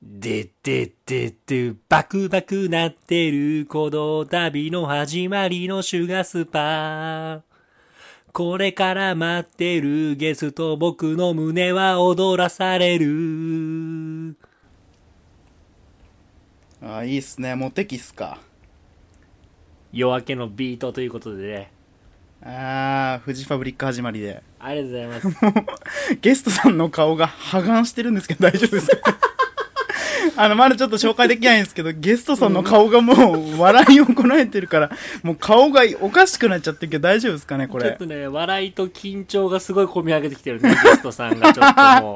で、バクバクなってるこの旅の始まりのシュガスパこれから待ってるゲスト僕の胸は踊らされる。 あ、いいっすね。モテ期っすか。 夜明けのビートということでね。 フジファブリック始まりで。 ありがとうございます。 ゲストさんの顔が破顔してるんですけど大丈夫ですか？まだちょっと紹介できないんですけど、ゲストさんの顔がもう笑いをこらえてるから、もう顔がおかしくなっちゃってるけど大丈夫ですかね、これ。 ちょっとね、笑いと緊張がすごい込み上げてきてるね、ゲストさんがちょっとも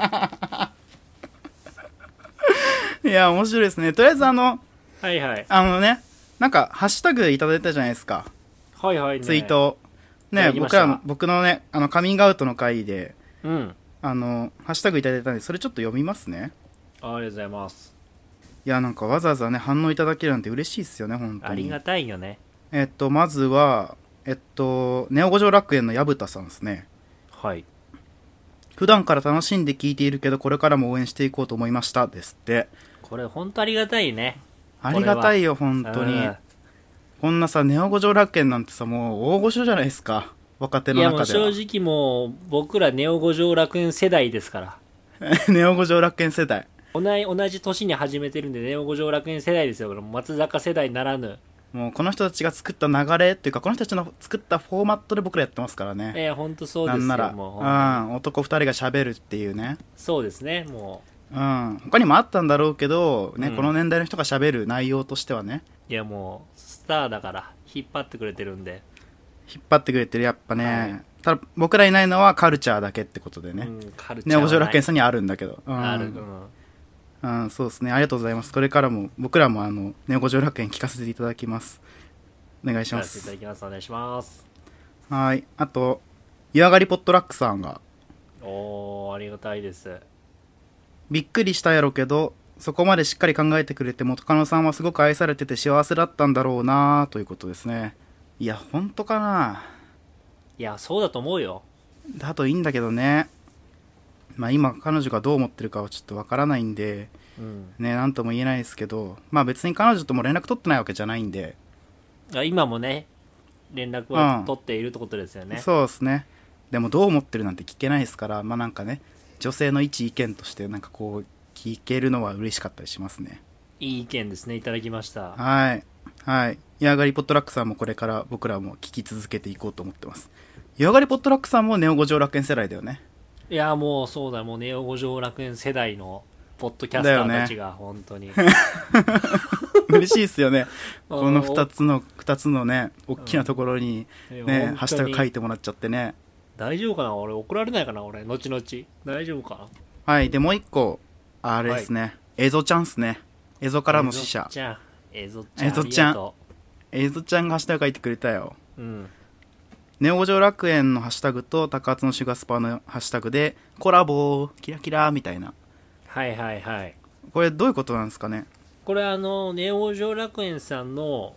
う。いや、面白いですね。とりあえずはいはい。 ね、なんか、ハッシュタグいただいたじゃないですか。 はいはいね。 ツイート。ね、僕のね、カミングアウトの回で、 うん。 ハッシュタグいただいたんで、それちょっと読みますね。 ありがとうございます。 いや、なんかわざわざね、反応いただけるなんて嬉しいっすよね、本当に。 ありがたいよね。 まずは、ネオ五条楽園の矢蓋さんですね。 はい。 普段から楽しんで聞いているけど、これからも応援していこうと思いました。ですって。 これ本当ありがたいね。 ありがたいよ、本当に。こんなさ、ネオ五条楽園なんてさ、もう大御所じゃないですか。若手の中では。 いや、もう正直もう、僕らネオ五条楽園世代ですから。 ネオ五条楽園世代。 同じ年に始めてるんで、ネオ五条楽園世代ですよ。松坂世代ならぬ。 もうこの人たちが作った流れっていうか、この人たちの作ったフォーマットで僕らやってますからね。 ほんとそうですよ。 なんなら、 もう男二人が喋るっていうね。 そうですね、もう。他にもあったんだろうけど、ね、この年代の人が喋る内容としてはね。 いや、もう、スターだから、引っ張ってくれてるんで。 引っ張ってくれてる、やっぱね。ただ、僕らいないのはカルチャーだけってことでね。 カルチャーはネオ五条楽園さんにあるんだけど。 ある。 そうですね。ありがとうございます。これからも、僕らもネオ五条楽園聞かせていただきます。お願いします。 お願いします。 はい。あと、湯上がりポットラックさんが。 ありがたいです。 びっくりしたやろけど、そこまでしっかり考えてくれて元カノさんはすごく愛されてて幸せだったんだろうなということですね。いや、本当かな。 いや、そうだと思うよ。 だといいんだけどね。まあ今彼女がどう思ってるかはちょっとわからないんで、ね、なんとも言えないですけど、まあ別に彼女とも連絡取ってないわけじゃないんで。 今もね、連絡を取っているってことですよね。 そうですね。でもどう思ってるなんて聞けないですから、まあなんかね、女性の一意見としてなんかこう聞けるのは嬉しかったりしますね。 いい意見ですね。いただきました。 はい。はい。湯上がりポットラックさんもこれから僕らも聞き続けていこうと思ってます。湯上がりポットラックさんもネオ五条楽園世代だよね。 いや、もうそうだ、もうネオ五条楽園世代のポッドキャスターたちが、本当に。 嬉しいですよね。この二つのね、大きなところにね、ハッシュタグ書いてもらっちゃってね。 大丈夫かな俺、怒られないかな俺、後々。大丈夫かな。 はい。で、もう一個、あれですね。エゾちゃんっすね。エゾからの使者。 エゾちゃんがハッシュタグ書いてくれたよ。ネオ五条楽園のハッシュタグと高圧のシュガースパーのハッシュタグでコラボキラキラみたいな。 はいはいはい。 これどういうことなんですかね。 これネオ五条楽園さんの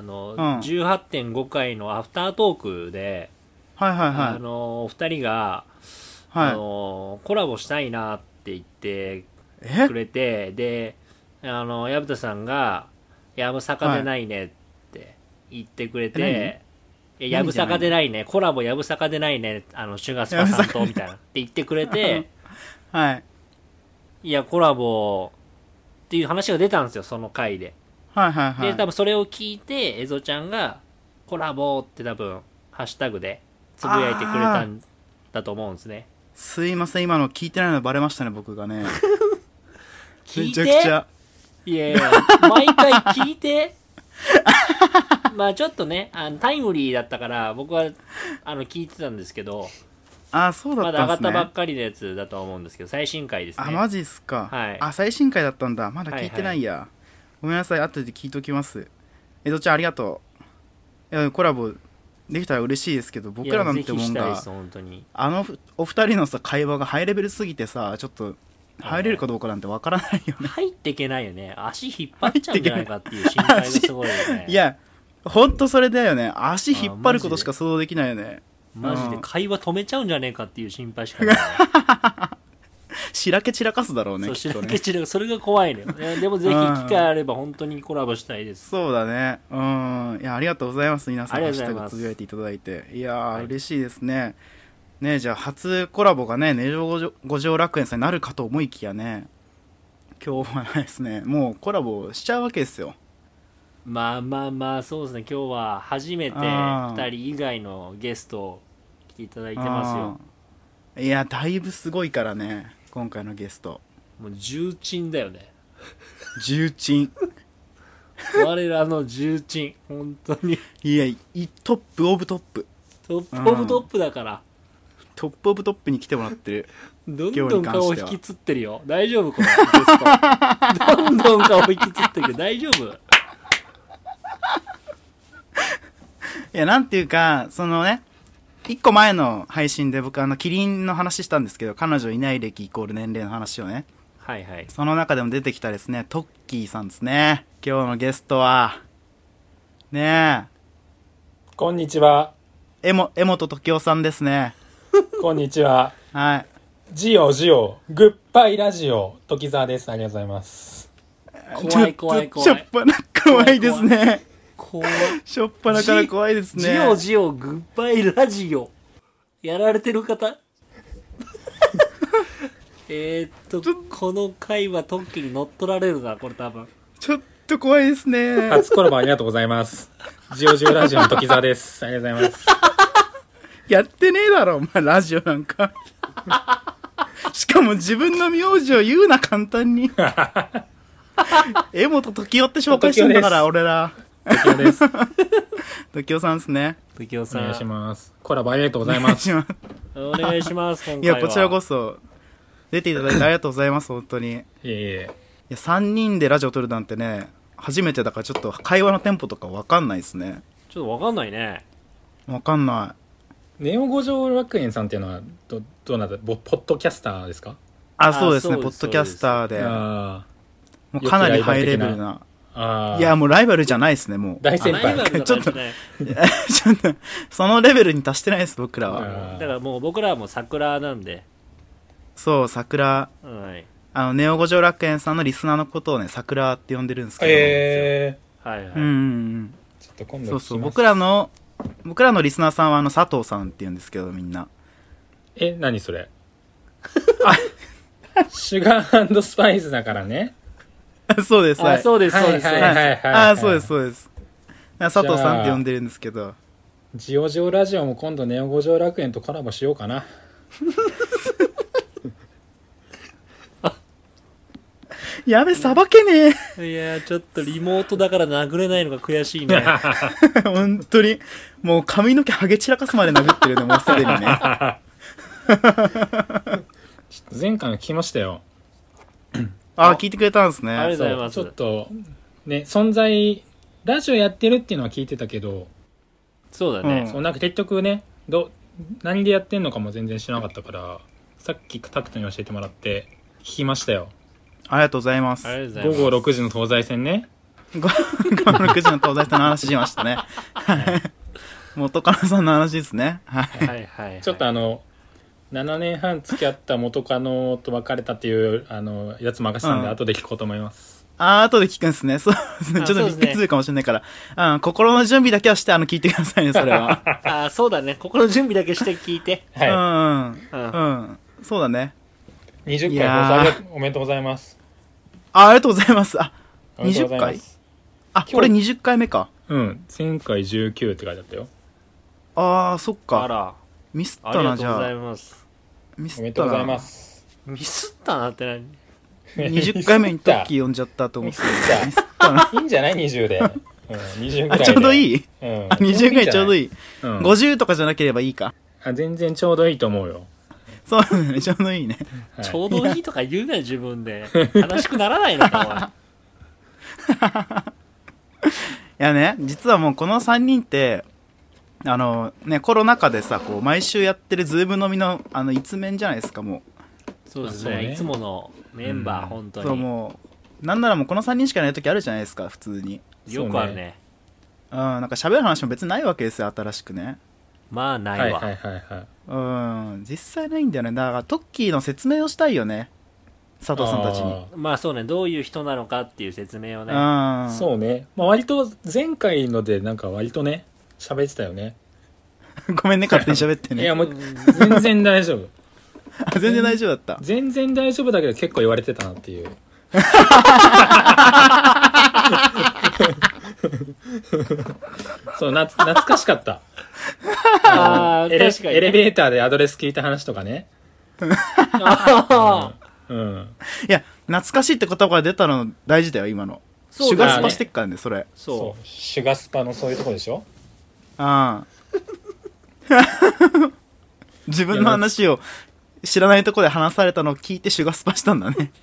18.5 回のアフタートークで、お二人が、コラボしたいなって言ってくれて、で矢蓋さんがやぶさかでないねって言ってくれて、やぶさかでないね、コラボやぶさかでないね、シュガースパさんとみたいなって言ってくれていやコラボっていう話が出たんですよ、その回で。で多分それを聞いてエゾちゃんがコラボって多分ハッシュタグでつぶやいてくれたんだと思うんですね。 すいません、今の聞いてないのバレましたね、僕がね。 聞いて、 めちゃくちゃ、 いやいや毎回聞いてまあちょっとねタイムリーだったから僕は聞いてたんですけど、 そうだったんですね。 まだ上がったばっかりのやつだと思うんですけど、最新回ですね。 マジっすか。最新回だったんだ。まだ聞いてないや。ごめんなさい、後で聞いときます。エドちゃんありがとう。いや、コラボできたら嬉しいですけど、僕らなんてもんがお二人のさ会話がハイレベルすぎてさ、ちょっと入れるかどうかなんてわからないよね。 入っていけないよね。足引っ張っちゃうんじゃないかっていう心配がすごいよね。 いやほんとそれだよね。足引っ張ることしか想像できないよね。 マジで会話止めちゃうんじゃねえかっていう心配しかない、ね。 しらけ散らかすだろうね。 そう、 きっとね、 しらけ散らかす。それが怖いのよ。でもぜひ機会あれば本当にコラボしたいです。 そうだね。いや、ありがとうございます。皆さん、 ハッシュタグつぶやいていただいて。いやー、 はい、 嬉しいですね。ね、じゃあ、初コラボがね、ネオ五条楽園さんになるかと思いきやね、今日はないですね。もうコラボしちゃうわけですよ。 まあまあまあ、そうですね。今日は初めて2人以外のゲストを来ていただいてますよ。 いや、だいぶすごいからね、今回のゲスト。 もう重鎮だよね。 重鎮。 我らの重鎮。本当に。 いや、トップオブトップ。 トップオブトップだから。 トップオブトップに来てもらってる。 どんどん顔引きつってるよ。大丈夫このゲスト。どんどん顔引きつってるけど大丈夫？ いや、なんていうか、そのね、一個前の配信で僕キリンの話したんですけど、彼女いない歴イコール年齢の話をね。 はいはい。 その中でも出てきたですね、トッキーさんですね。今日のゲストは、ねえ。 こんにちは。 江本時生さんですね。 こんにちは。 はい。 ジオ、グッバイラジオ、時沢です。ありがとうございます。 怖い怖い怖い。 しょっぱな怖いですね。 怖い。 しょっぱなから怖いですね。 ジオグッバイラジオやられてる方この回はトッキーに乗っ取られるな、これ多分。 ちょっと怖いですね。 初コラボありがとうございます。ジオラジオの時沢です。ありがとうございます。 やってねえだろ、お前、ラジオなんか。しかも自分の名字を言うな、簡単に。江本時生って紹介してんだから、俺ら。 時生です。 時生さんですね。 時生さん。 お願いします。コラボありがとうございます。 お願いします、今回は。 いや、こちらこそ、出ていただいてありがとうございます、本当に。いや、3人でラジオ撮るなんてね、初めてだからちょっと会話のテンポとか分かんないですね。 ちょっと分かんないね。 分かんない。 ネオ五条楽園さんっていうのはどうなったポッドキャスターですか？ そうですね、ポッドキャスターで。もうかなりハイレベルな。いや、もうライバルじゃないですね、もう。 大先輩。 ちょっと、そのレベルに達してないです、僕らは。 だからもう僕らはもう桜なんで。 そう、桜。 はい。 ネオ五条楽園さんのリスナーのことをね、桜って呼んでるんですけど。はいはい。 ちょっと今度そう、僕らのリスナーさんは佐藤さんって言うんですけど、みんな。 何それ？シュガー&スパイスだからね。 そうです。 そうです、そうです。 そうです、そうです。佐藤さんって呼んでるんですけど。 ジオラジオも今度ネオ五条楽園とコラボしようかな。 やべ、さばけねえ。いや、ちょっとリモートだから殴れないのが悔しいね。 本当に。もう髪の毛ハゲ散らかすまで殴ってるね、もうすでにね。 前回の聞きましたよ。 聞いてくれたんですね。 ありがとうございます。 ちょっとね、存在ラジオやってるっていうのは聞いてたけど、 そうだね。 なんか結局ね、何でやってんのかも全然知らなかったから、さっきタクトに教えてもらって聞きましたよ。 ありがとうございます。 午後6時の東西線ね。 午後6時の東西線の話しましたね。元カノさんの話ですね。 はいはい。 ちょっと7年半付き合った元カノと別れたっていうやつ任せたんで、後で聞こうと思います。 後で聞くんですね。そうですね。ちょっとびっくりするかもしれないから、心の準備だけはして聞いてくださいね、それは。 そうだね。心の準備だけして聞いて。 はい。 そうだね。 20回放送おめでとうございます。 ありがとうございます。20回これ20回目か。 前回19って書いてあったよ。 そっか。 あら。 ミスったな、じゃあ。 ありがとうございます。 おめでとうございます。 ミスったなって何 ？20回目にトッキー呼んじゃったと思って。 ミスったな。いいんじゃない？20で。20ぐらいで。 ちょうどいい？20ぐらいちょうどいい。 50 とかじゃなければいいか。 全然ちょうどいいと思うよ。 そうだね、ちょうどいいね。 ちょうどいいとか言うなよ、自分で。悲しくならないのか、 いやね、実はもうこの3人って、コロナ禍でさ、毎週やってるズーム飲みの、一面じゃないですか、もう。 そうですね、いつものメンバー、本当に。 そう、もう、なんならもうこの3人しかいない時あるじゃないですか、普通に。 よくあるね。 なんか喋る話も別にないわけですよ、新しくね。 まあ、ないわ。 実際ないんだよね。だからトッキーの説明をしたいよね。 佐藤さんたちに。 まあそうね、どういう人なのかっていう説明をね。 そうね。まあ割と前回のでなんか割とね、喋ってたよね。 ごめんね、勝手に喋ってね。 いやもう全然大丈夫。 全然大丈夫だった。 全然大丈夫だけど結構言われてたなっていう。そう懐かしかった。 確かに、ね、 エレベーターでアドレス聞いた話とかね。いや懐かしいって言葉が出たの大事だよ今の。シュガスパしてっからねそれ。 そうシュガスパのそういうとこでしょ。 自分の話を知らないところで話されたのを聞いてシュガスパしたんだね。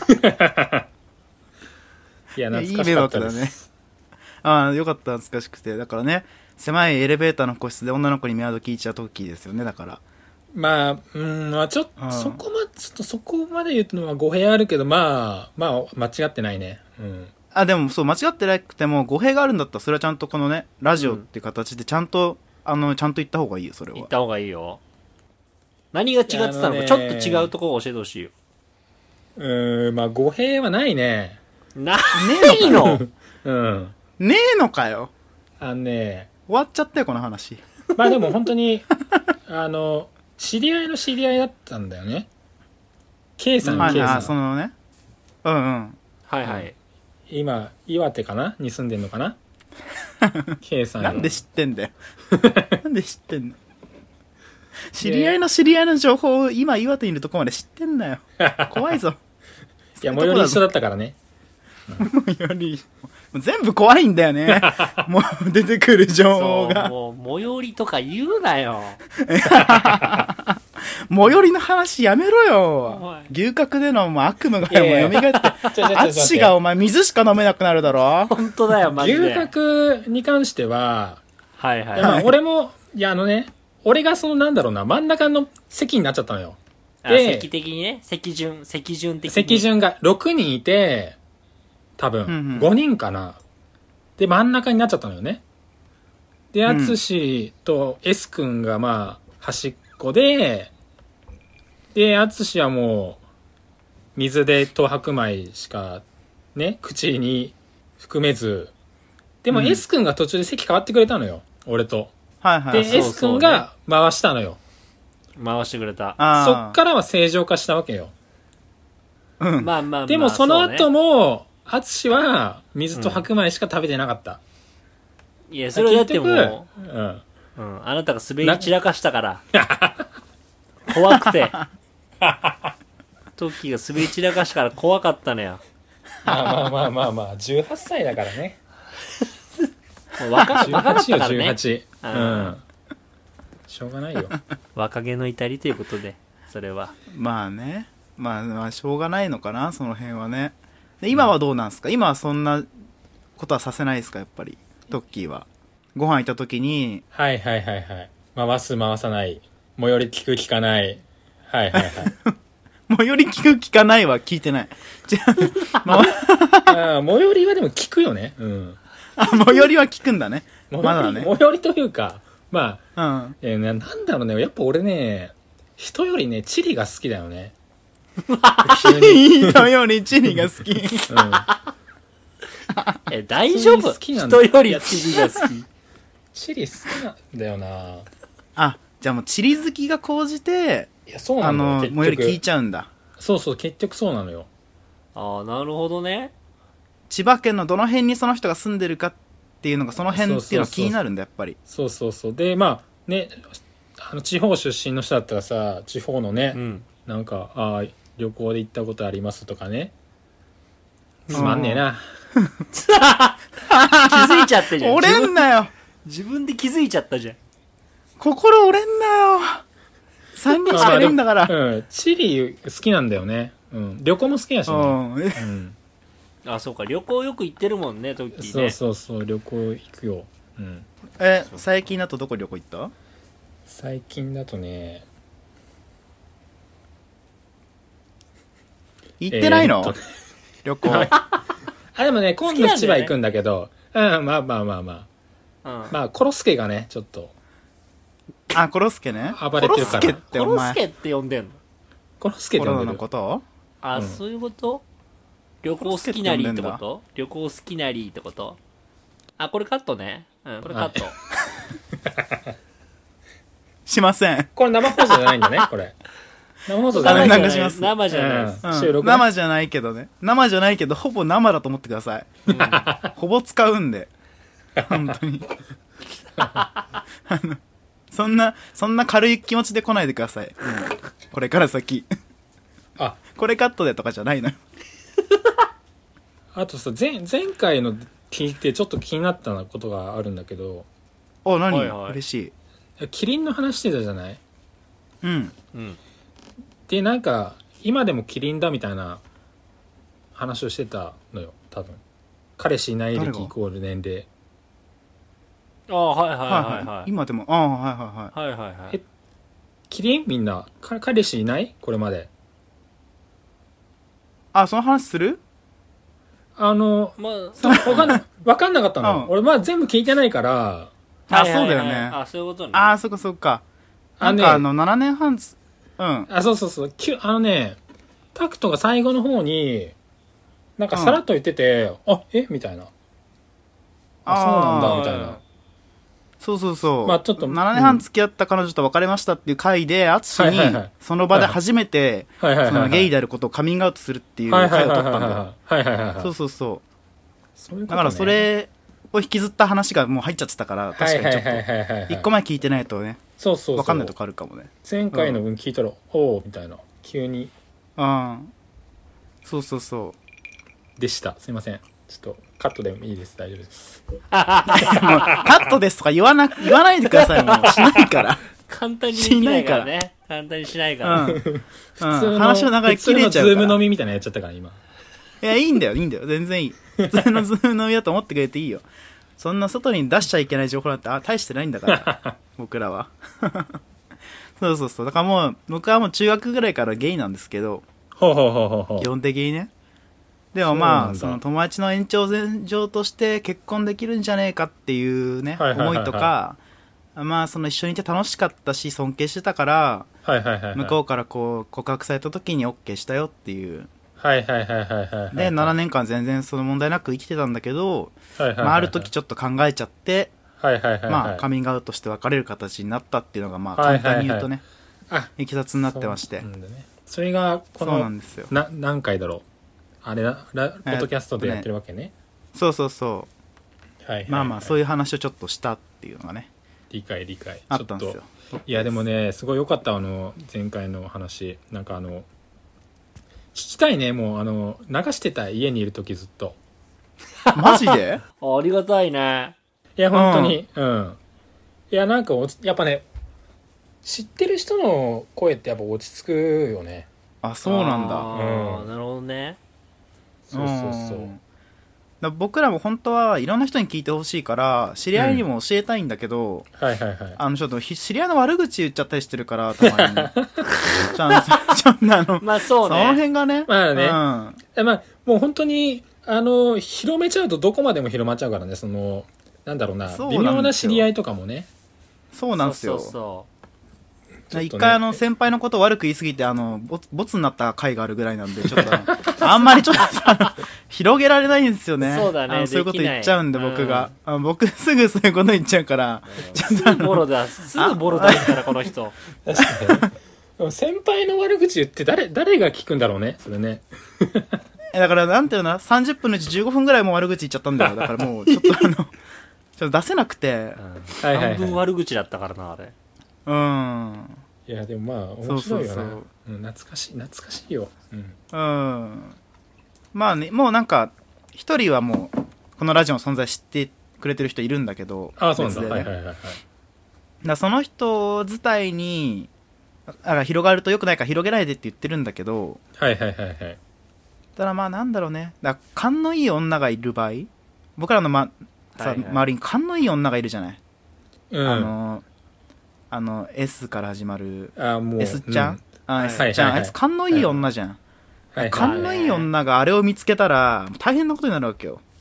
いや懐かしかったです。いい迷惑だね。 よかった懐かしくて。だからね狭いエレベーターの個室で女の子にメアド聞いちゃう時ですよね。だからまあちょっとそこまで言うのは語弊あるけどまあ間違ってないね。 でもそう間違ってなくても語弊があるんだったらそれはちゃんとこのねラジオっていう形でちゃんとちゃんと言った方がいいよ。それは言った方がいいよ。何が違ってたのかちょっと違うところを教えてほしいよ。 まあ語弊はないね。 ないのねえのかよ。 終わっちゃったよこの話。 まあでも本当に知り合いの知り合いだったんだよね。K さん、K さん。 そのね。 はいはい。 今岩手かなに住んでんのかな。K さん。 なんで知ってんだよ。なんで知ってんの。知り合いの知り合いの情報を今岩手にいるとこまで知ってんだよ。怖いぞ。 いや最寄り一緒だったからね。 最寄り全部怖いんだよね。もう出てくる情報が。 もう最寄りとか言うなよ。 最寄りの話やめろよ。牛角での悪夢が蘇って淳がお前水しか飲めなくなるだろ。 本当だよマジで。 牛角に関してははいはい、 まあ、俺も俺が真ん中の席になっちゃったのよ。 席的にね、席順的に。 席順が6人いて、多分、5人かな。で、真ん中になっちゃったのよね。で、淳と S 君が端っこで、淳はもう、水で東白米しか、ね、口に含めず、でも S 君が途中で席変わってくれたのよ。俺と。で、S 君が回したのよ。 回してくれた。 そっからは正常化したわけよ。 まあ。 でもその後も、淳は水と白米しか食べてなかった。 いや、それだってもう、あなたが滑り散らかしたから。怖くて。トッキーが滑り散らかしたから怖かったのよ。 まあ、18歳だからね。 若かったからね。 18。しょうがないよ。 若気の至りということで、それは。 まあね。まあしょうがないのかな、その辺はね。で今はどうなんすか。今はそんなことはさせないですか、やっぱり。トッキーは。ご飯行った時に。 はい。回す回さない。最寄り聞く聞かない。はい。 最寄り聞く聞かないは聞いてない。 最寄りはでも聞くよね。 最寄りは聞くんだね。まだね。 最寄りというか、なんだろうね。やっぱ俺ね、人よりね、チリが好きだよね。 人よりチリが好き。 大丈夫？人よりチリが好き。 チリ好きなんだよな。 じゃあもうチリ好きが高じて、 いや、そうなんだよ。 最寄り聞いちゃうんだ。 そう、結局そうなのよ。 なるほどね。 千葉県のどの辺にその人が住んでるかっていうのが、その辺っていうのが気になるんだ、やっぱり。 そう。で、ね、地方出身の人だったらさ、地方のね、なんか、旅行で行ったことありますとかね。つまんねえな。 気づいちゃってじゃん。 折れんなよ。 自分で気づいちゃったじゃん。 心折れんなよ。3人しかいるんだから。 チリ好きなんだよね。旅行も好きやしね。 そうか、旅行よく行ってるもんね、トッキーね。 そう、旅行行くよ。 最近だとどこ旅行行った？ 最近だとね、 行ってないの？旅行。 でもね、今度千葉行くんだけど、まあ、コロスケがね、ちょっと。 コロスケね。 暴れてるから。 コロスケって呼んでんの？ コロスケって呼んでる。 コロナのこと？ あ、そういうこと？旅行好きなりってこと？旅行好きなりってこと？あ、これカットね。うん、これカット。 しません。 これ生放送じゃないんだね、これ。生放送じゃない。 生じゃない。生じゃないです。 収録ね。生じゃないけどね。生じゃないけど、ほぼ生だと思ってください。うん、ほぼ使うんで。本当に。そんな軽い気持ちで来ないでください。これから先。あ、これカットでとかじゃないのよ。 あとさ、前回の聞いてちょっと気になったことがあるんだけど。 あ、何、はいはい、嬉しい。キリンの話してたじゃない？ うん。 で、なんか、今でもキリンだみたいな話をしてたのよ、多分。彼氏いない歴イコール年齢。 ああ、はいはいはいはい。 今でも、ああ、はいはいはい。はいはいはい。 キリンみんな、彼氏いない？これまで。 あ、その話する？ まあ、わかんなかったの。俺、まあ全部聞いてないから。 あ、そうだよね。 あ、そういうことね。 あ、そっかそっか。なんか7年半、うん。 あ、そう。タクトが最後の方に、なんかさらっと言ってて、みたいな。あ、そうなんだ、みたいな。 そう。 まあちょっと。 7年半付き合った彼女と別れましたっていう回で、アツシに、その場で初めて、そのゲイであることをカミングアウトするっていう回を取ったんだよ。そう。だからそれを引きずった話がもう入っちゃってたから、確かにちょっと、1個前聞いてないとね、わかんないとこあるかもね。 前回の分聞いたら、おーみたいな、急に。 そう。 でした。すいません。ちょっとカットでもいいです。大丈夫です。 カットですとか言わないでください。もうしないから。 簡単にできないからね。簡単にしないから。 普通の話の流れ切れちゃうから。普通のズーム飲みみたいなのやっちゃったから今。 いや、いいんだよ。全然いい。普通のズーム飲みだと思ってくれていいよ。そんな外に出しちゃいけない情報なんて大してないんだから。僕らは。そう。だからもう僕はもう中学ぐらいからゲイなんですけど。基本的にね。でもまあその友達の延長線上として結婚できるんじゃねえかっていうね、思いとか、まあその一緒にいて楽しかったし尊敬してたから、向こうからこう告白された時に OK したよっていう。で7年間全然その問題なく生きてたんだけど、まあある時ちょっと考えちゃって、まあカミングアウトして別れる形になったっていうのがまあ簡単に言うとね、いきさつになってまして。 それがこのそうなんですよ。 何回だろう。あれポッドキャストでやってるわけね。 そう。まあそういう話をちょっとしたっていうのがね。 理解。 あったんですよ。 いやでもね、すごい良かった。前回の話。なんか聞きたいね。もう流してた、家にいるときずっと。 マジで？ ありがたいね。 いや本当に。いやなんかやっぱね、知ってる人の声ってやっぱ落ち着くよね。 あ、そうなんだ。 なるほどね。 そうだ僕らも本当はいろんな人に聞いてほしいから知り合いにも教えたいんだけど、ちょっと知り合いの悪口言っちゃったりしてるからたまにちょっとまあそうね、 その辺がね、 まあね、まあもう本当に広めちゃうとどこまでも広まっちゃうからね。なんだろうな、微妙な知り合いとかもね。 そうなんですよ。一回先輩のことを悪く言いすぎてボツになった回があるぐらいなんでちょっとあんまりちょっと広げられないんですよね。 そうだね。 そういうこと言っちゃうんで僕すぐそういうこと言っちゃうからすぐボロだからこの人。 確かに。先輩の悪口言って誰が聞くんだろうね、それね。 だからなんていうの、30分のうち15分ぐらいもう悪口言っちゃったんだよ。だからもうちょっとちょっと出せなくて、 半分悪口だったからなあれ。 いやでもまあ面白いよな。懐かしいよ。 まあね、もうなんか一人はもうこのラジオの存在知ってくれてる人いるんだけど、 そうなんだ。 だその人自体に広がると良くないから広げないでって言ってるんだけど、ただまあなんだろうね、勘のいい女がいる場合、僕らの周りに勘のいい女がいるじゃない。S から始まる S ちゃん、S ちゃん、あいつ勘のいい女じゃん。勘のいい女があれを見つけたら大変なことになるわけよ。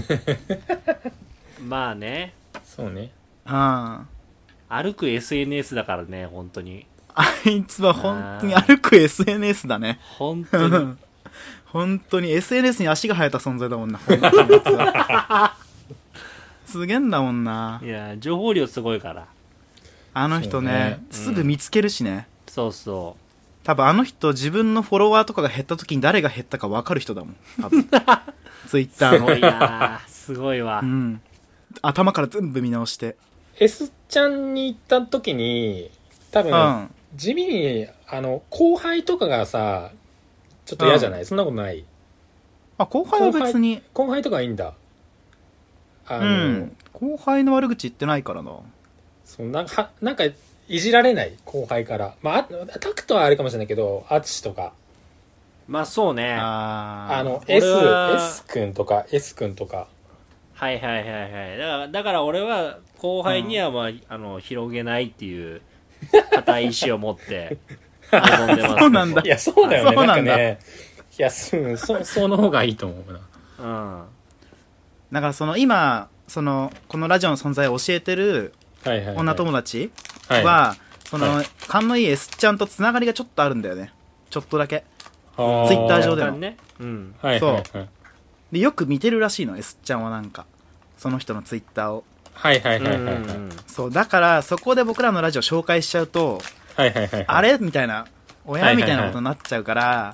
まあね。 そうね。 歩く SNS だからね、本当に。 あいつは本当に歩く SNS だね。 本当に。 本当に SNS に足が生えた存在だもんな、本当にやつは。すげえんだもんな。 いや、情報量すごいから。 あの人ね、すぐ見つけるしね。 そうそう。 多分あの人、自分のフォロワーとかが減った時に誰が減ったか分かる人だもん。多分。ツイッターの。 すごいな。すごいわ。 うん。頭から全部見直して。 S ちゃんに行った時に、多分、地味に、後輩とかがさ、ちょっと嫌じゃない？そんなことない？ あ、後輩は別に。 後輩とかいいんだ。 後輩の悪口言ってないからな。 そうなんかいじられない後輩から。まあ、タクトはあれかもしれないけど、アツシとか。 まあそうね。 S 君とか。 はいはいはいはい。だから俺は後輩にはまあ、広げないっていう固い意志を持って臨んでます。 そうなんだ。 いや、そうだよね。なんかね。いや、その方がいいと思うな。 うん。 だから今、このラジオの存在を教えてる女友達は、勘のいい S ちゃんとつながりがちょっとあるんだよね。ちょっとだけ。ツイッター上でも。 ね。うん。 そう。で、よく見てるらしいの、S ちゃんはなんか。その人のツイッターを。 はいはいはいはい。 そう、だからそこで僕らのラジオ紹介しちゃうと、あれみたいな、親みたいなことになっちゃうから、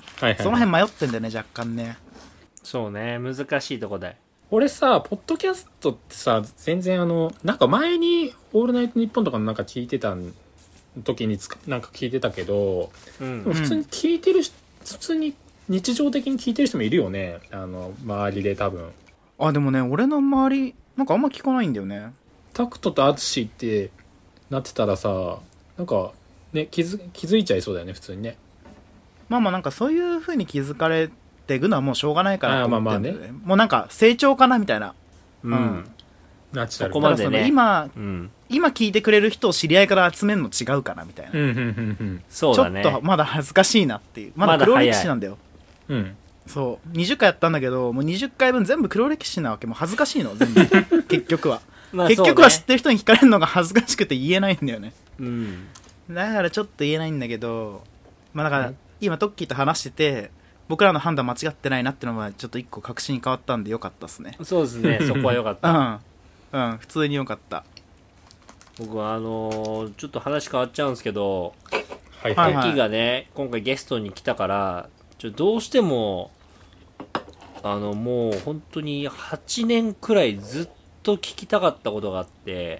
その辺迷ってんだよね、若干ね。 そうね、難しいとこだよ。 俺さ、ポッドキャストってさ、全然なんか前にオールナイトニッポンとかのなんか聞いてた時になんか聞いてたけど、でも普通に聞いてる普通に日常的に聞いてる人もいるよね。周りで多分。 あ、でもね、俺の周り、なんかあんま聞かないんだよね。 タクトとアツシってなってたらさ、なんかね、気づいちゃいそうだよね、普通にね。 まあまあなんかそういう風に気づかれていくのはもうしょうがないからと思ってんだよね。 ね、 もうなんか成長かなみたいな。 なっちゃう。 ここまでね。 今聞いてくれる人を知り合いから集めるの違うかなみたいな。 そうだね。 ちょっとまだ恥ずかしいなっていう。まだ黒歴史なんだよ。そう。20回やったんだけど、もう20回分全部黒歴史なわけ。もう恥ずかしいの、全部。結局は。結局は知ってる人に聞かれるのが恥ずかしくて言えないんだよね。だからちょっと言えないんだけど、まあだから今トッキーと話してて、僕らの判断間違ってないなってのはちょっと一個確信に変わったんでよかったっすね。 そうですね、そこはよかった。 普通によかった。 僕はちょっと話変わっちゃうんですけど、トッキーがね、今回ゲストに来たから、どうしても、もう本当に8年くらいずっと聞きたかったことがあって、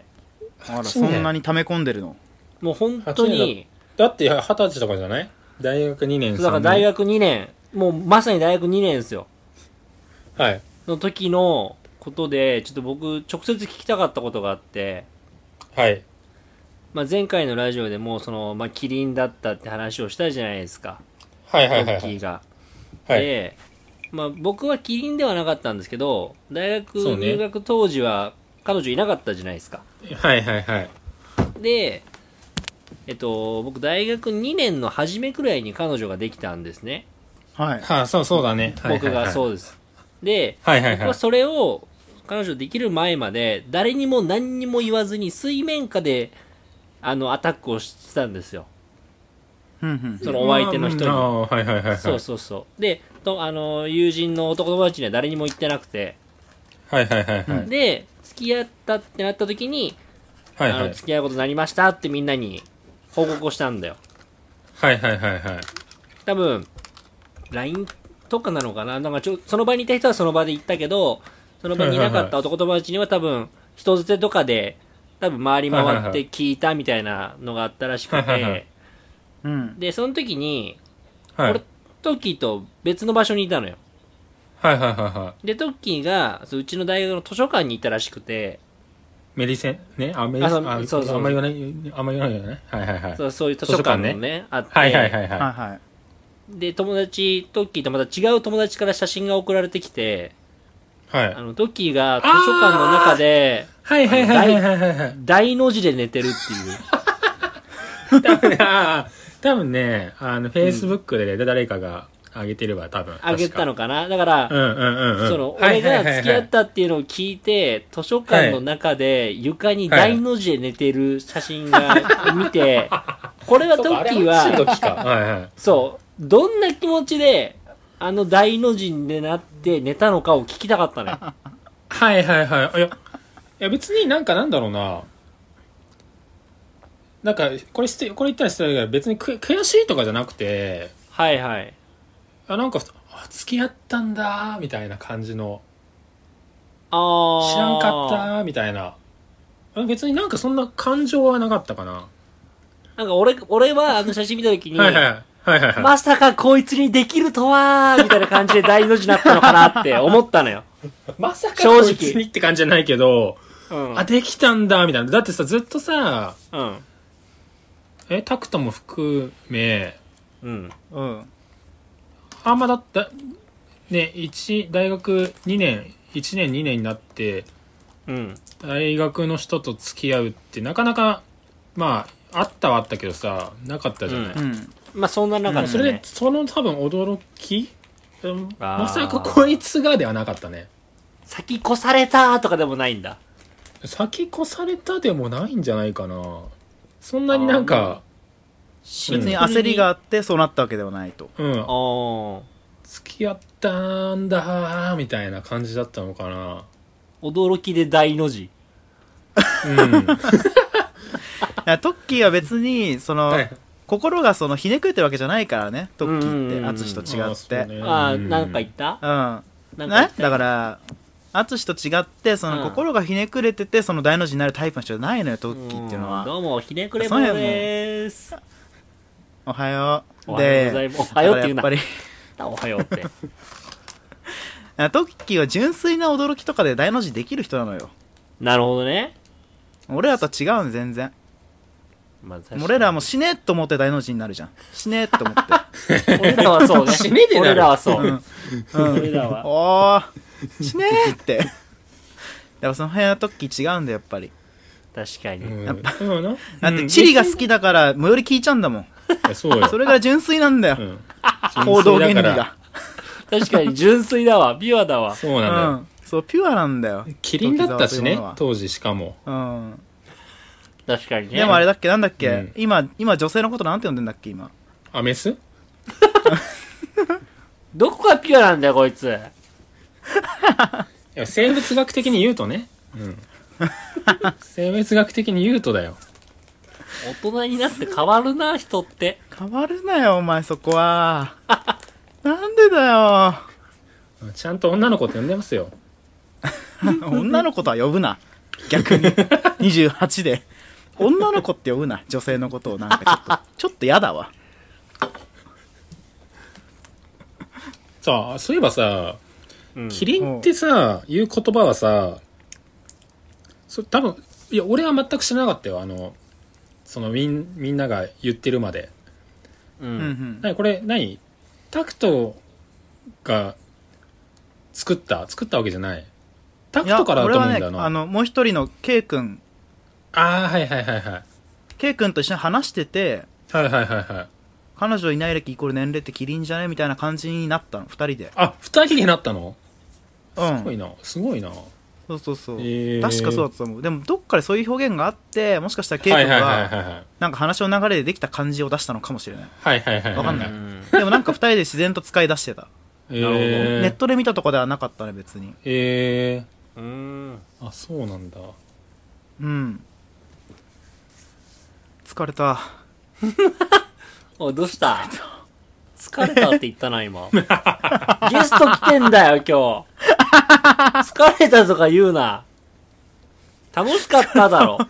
あら、そんなに溜め込んでるの？ もう本当に。 だって20歳とかじゃない？大学2年。 だから大学2年。もうまさに大学2年ですよ。 はい。 の時のことで、ちょっと僕、直接聞きたかったことがあって、 はい。 まあ、前回のラジオでも、まあ、キリンだったって話をしたじゃないですか。 はいはいはい、はい。 トッキーが。はい。で、まあ、僕はキリンではなかったんですけど、大学入学当時は彼女いなかったじゃないですか。 はいはいはい。 で、僕大学2年の初めくらいに彼女ができたんですね。 はい。 はあ、そうだね。 僕がそうです。で、 はいはいはい、 僕はそれを彼女できる前まで誰にも何にも言わずに水面下でアタックをしてたんですよ。そのお相手の人に。 はいはいはいはい。 そうそうそう。で、友人の男友達には誰にも言ってなくて。 はいはいはいはい。 で、付き合ったってなった時に、 はいはい、 付き合うことになりましたってみんなに報告をしたんだよ。 はいはいはいはい。 多分、LINE とかなのかな、なんかその場にいた人はその場で言ったけど、その場にいなかった男友達には多分、人づてとかで、多分回り回って聞いたみたいなのがあったらしくて、で、その時に、俺、トッキーと別の場所にいたのよ。 はいはいはいはい。 で、トッキーが、うちの大学の図書館にいたらしくて、 メリセンね、そう、あんまり言わないよね。はいはいはい。 そういう図書館のね、あって、 はいはいはいはい。 で、トッキーとまた違う友達から写真が送られてきて、 はい。 トッキーが図書館の中で、 はいはいはいはい。 大の字で寝てるっていう。 多分ね、Facebook で誰かが上げてれば多分。 上げたのかな？だから、俺が付き合ったっていうのを聞いて、図書館の中で床に大の字で寝てる写真が見て、これはトッキーは、そう、どんな気持ちで、 大の字になって寝たのかを聞きたかったね。 はいはいはい。いや別になんかなんだろうな。なんか、これ言ったら失礼だけど、別に悔しいとかじゃなくて、 はいはい。 なんか、付き合ったんだー、みたいな感じの。 知らんかったー、みたいな。別になんかそんな感情はなかったかな。 なんか俺は写真見たときに、 はいはい。 まさかこいつにできるとはーみたいな感じで大の字になったのかなって思ったのよ。 まさかこいつにって感じじゃないけど、できたんだ、みたいな。だってさ、ずっとさ、タクトも含め、あんまだった、ね、大学1年2年になって、大学の人と付き合うってなかなか、まあ、あったはあったけどさ、なかったじゃない。 まあそんな中で、ね、 それで、その多分驚き、まさかこいつがではなかったね。 先越されたとかでもないんだ。 先越されたでもないんじゃないかな。そんなになんか、 別に焦りがあってそうなったわけではないと。 付き合ったんだーみたいな感じだったのかな。 驚きで大の字。 トッキーは別に心がひねくれてるわけじゃないからね、トッキーって淳と違って。 なんか言った？ だから淳と違って心がひねくれてて大の字になるタイプの人じゃないのよ、トッキーっていうのは。 どうもひねくれ者でーす。 おはよう。 おはようございます。おはようって言うな。おはようって。 トッキーは純粋な驚きとかで大の字できる人なのよ。 なるほどね。 俺らとは違うね、全然。俺らも死ねっと思って大の字になるじゃん。死ねっと思って。 俺らはそうね。 死ねでなる。 俺らはそう。俺らは。 死ねーって。やっぱその辺はトッキー違うんだよ、やっぱり。 確かに。 だってチリが好きだから最寄り聞いちゃうんだもん。 そうよ。 それが純粋なんだよ。行動原理が。 確かに純粋だわ。ピュアだわ。 そうなんだよ。 そう、ピュアなんだよ。 キリンだったしね、当時しかも。 確かにね。 でもあれだっけ、なんだっけ、今女性のことなんて呼んでんだっけ、今。 メスどこがピュアなんだよ、こいつ。 いや生物学的に言うとね。生物学的に言うとだよ。 大人になって変わるな、人って。 変わるなよ、お前そこは。なんでだよ。 ちゃんと女の子って呼んでますよ。 女の子とは呼ぶな。逆に。28で。女の子って呼ぶな、女性のことを。なんかちょっと嫌だわ。 さあ、そういえばさ、キリンってさ、言う言葉はさ、多分、いや、俺は全く知らなかったよ。みんなが言ってるまで。これ、タクトが作ったわけじゃない。タクトからだと思うんだよな。 俺はね、もう一人の K 君。 はい。 K 君と一緒に話してて、 はい。 彼女いない歴イコール年齢ってキリンじゃねみたいな感じになったの、二人で。 二人になったの？すごいな。 そう。確かそうだと思う。でもどっかでそういう表現があって、もしかしたら K 君がなんか話の流れでできた感じを出したのかもしれない。 はい。 わかんない。でもなんか二人で自然と使い出してた。 なるほど。 ネットで見たとこではなかったね、別に。 そうなんだ。 疲れた。 おい、どうした？疲れたって言ったな、今。ゲスト来てんだよ、今日。疲れたとか言うな。楽しかっただろ。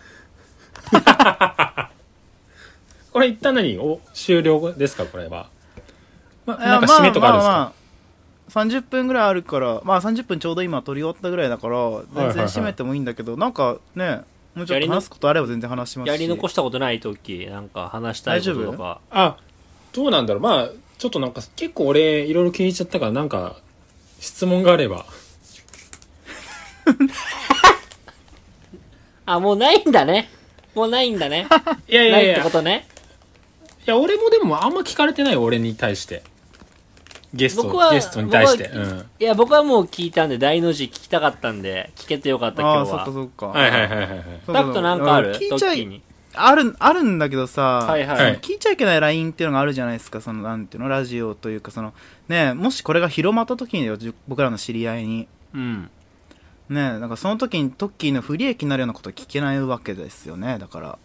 これ一旦終了ですか、これは。なんか締めとかあるんですか ？30分ぐらいあるから、30分ちょうど今撮り終わったぐらいだから、全然締めてもいいんだけど、なんかね、もうちょっと話すことあれば全然話しますし。 やり残したことない時、なんか話したいこととか。 どうなんだろう。ちょっとなんか結構俺いろいろ聞いちゃったから、なんか質問があれば。 もうないんだね。いやないってことね。 いや、俺もでもあんま聞かれてないよ、俺に対して。ゲストに対して。 いや、僕はもう聞いたんで、大の字聞きたかったんで、聞けてよかった、今日は。 そっか。 はい。 タクトなんかある？トッキーに。 あるんだけどさ、 はいはい、 聞いちゃいけない LINE っていうのがあるじゃないですか。なんていうの、ラジオというか、ね、もしこれが広まった時に僕らの知り合いに。 うん。 ね、なんかその時にトッキーの不利益になるようなこと聞けないわけですよね。だから。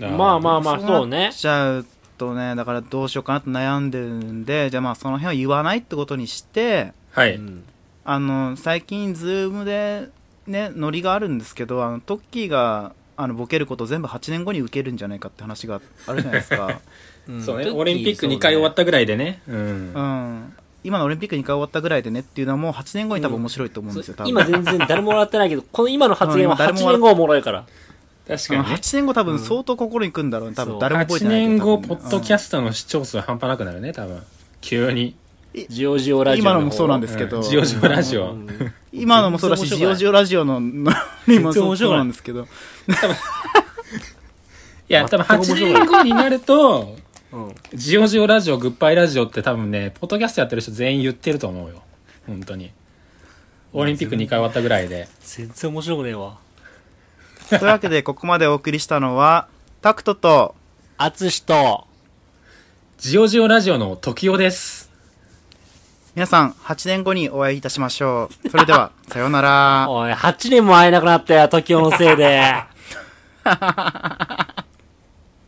まあ、そうね。 しちゃうとね、だからどうしようかなと悩んでるんで、じゃあまあその辺は言わないってことにして、 はい。 最近ズームでね、ノリがあるんですけど、トッキーが、ボケること全部8年後に受けるんじゃないかって話があるじゃないですか。 そうね、オリンピック2回終わったぐらいでね。 今のオリンピック2回終わったぐらいでねっていうのはもう8年後に多分面白いと思うんですよ、多分。 今全然誰も笑ってないけど、この今の発言は8年後おもろいから。 確かに、ね。 8年後多分相当心にくんだろうね。多分誰も覚えてない。 8年後、ポッドキャストの視聴数半端なくなるね、多分。急に。 ジオジオラジオ。 今のもそうなんですけど。 ジオジオラジオ。 今のもそうだし、ジオジオラジオの今もそうなんですけど。 いや、多分8年後になると、ジオジオラジオ、グッバイラジオって多分ね、ポッドキャストやってる人全員言ってると思うよ。本当に。オリンピック2回終わったぐらいで。 全然面白くねえわ。 というわけで、ここまでお送りしたのは、タクトと、 アツシと、 ジオジオラジオの時代です。 皆さん、8年後にお会いいたしましょう。それでは、さようなら。 おい、8年も会えなくなったよ、時代のせいで。